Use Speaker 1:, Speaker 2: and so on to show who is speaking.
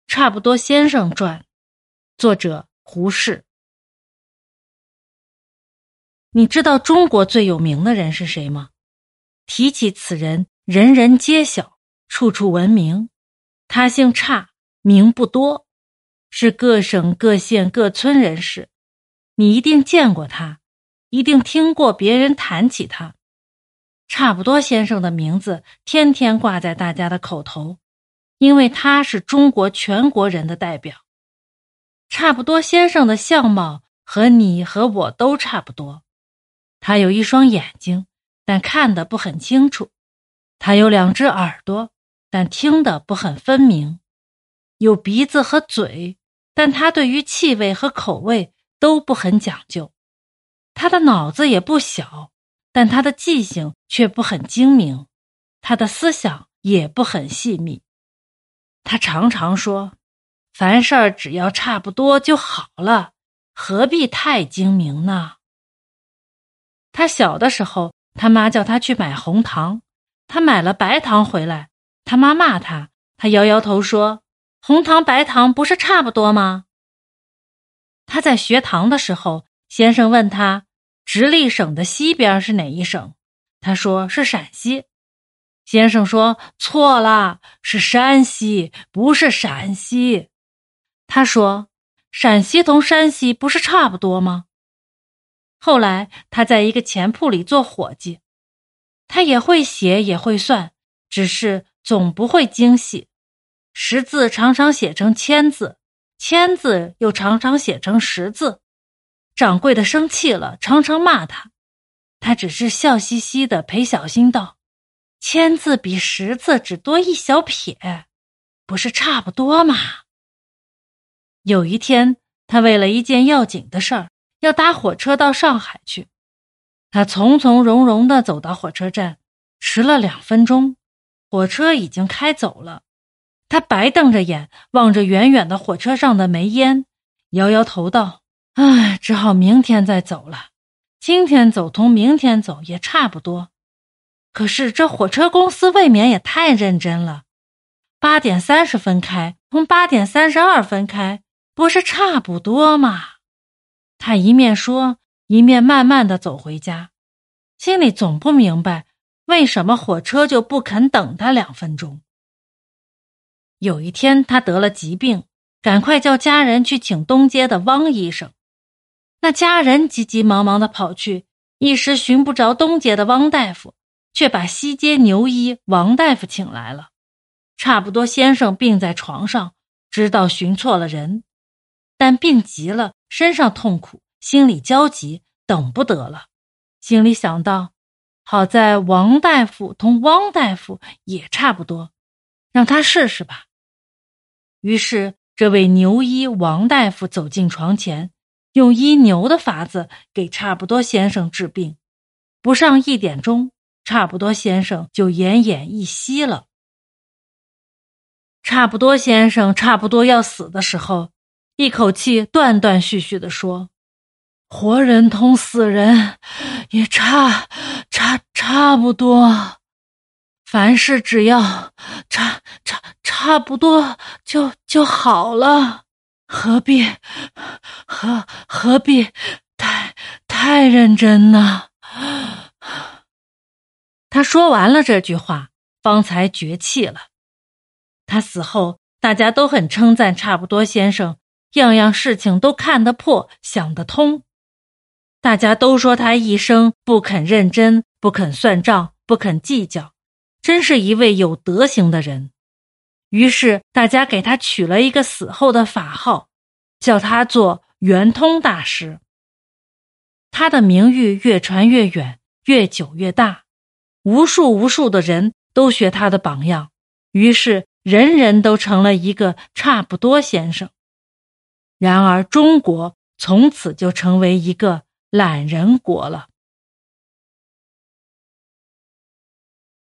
Speaker 1: 差不多先生传》，作者胡适。你知道中国最有名的人是谁吗？提起此人，人人皆晓，处处闻名。他姓差，名不多，是各省各县各村人士。你一定见过他，一定听过别人谈起他。差不多先生的名字天天挂在大家的口头，因为他是中国全国人的代表。差不多先生的相貌和你和我都差不多。他有一双眼睛，但看得不很清楚；他有2只耳朵，但听得不很分明；有鼻子和嘴，但他对于气味和口味都不很讲究。他的脑子也不小，但他的记性却不很精明，他的思想也不很细密。他常常说，凡事只要差不多就好了，何必太精明呢？他小的时候，他妈叫他去买红糖，他买了白糖回来，他妈骂他，他摇摇头说，红糖白糖不是差不多吗？他在学堂的时候，先生问他，直隶省的西边是哪一省？他说是陕西。先生说错了，是山西，不是陕西。他说陕西同山西不是差不多吗？后来他在一个钱铺里做伙计，他也会写也会算，只是总不会精细。10字常常写成1000字，1000字又常常写成10字。掌柜的生气了，常常骂他，他只是笑嘻嘻地陪小新道，1000字比10字只多一小撇，不是差不多吗？有一天，他为了一件要紧的事儿，要搭火车到上海去。他从从容容地走到火车站，迟了2分钟，火车已经开走了。他白瞪着眼，望着远远的火车上的煤烟，摇摇头道，只好明天再走了。今天走同明天走也差不多。可是这火车公司未免也太认真了，8点30分开，同8点32分开，不是差不多吗？他一面说，一面慢慢地走回家，心里总不明白，为什么火车就不肯等他2分钟。有一天他得了疾病，赶快叫家人去请东街的汪医生。那家人急急忙忙地跑去，一时寻不着东街的汪大夫，却把西街牛医王大夫请来了。差不多先生病在床上，知道寻错了人，但病急了，身上痛苦，心里焦急，等不得了。心里想到，好在王大夫同汪大夫也差不多，让他试试吧。于是这位牛医王大夫走进床前，用医牛的法子给差不多先生治病。不上1点钟，差不多先生就奄奄一息了。差不多先生差不多要死的时候，一口气断断续续地说，活人同死人也差不多，凡事只要差不多就好了，何必太认真呢？他说完了这句话，方才绝气了。他死后，大家都很称赞差不多先生，样样事情都看得破，想得通。大家都说他一生不肯认真，不肯算账，不肯计较，真是一位有德行的人。于是大家给他取了一个死后的法号，叫他做圆通大师。他的名誉越传越远，越久越大，无数的人都学他的榜样，于是人人都成了一个差不多先生。然而中国从此就成为一个懒人国了。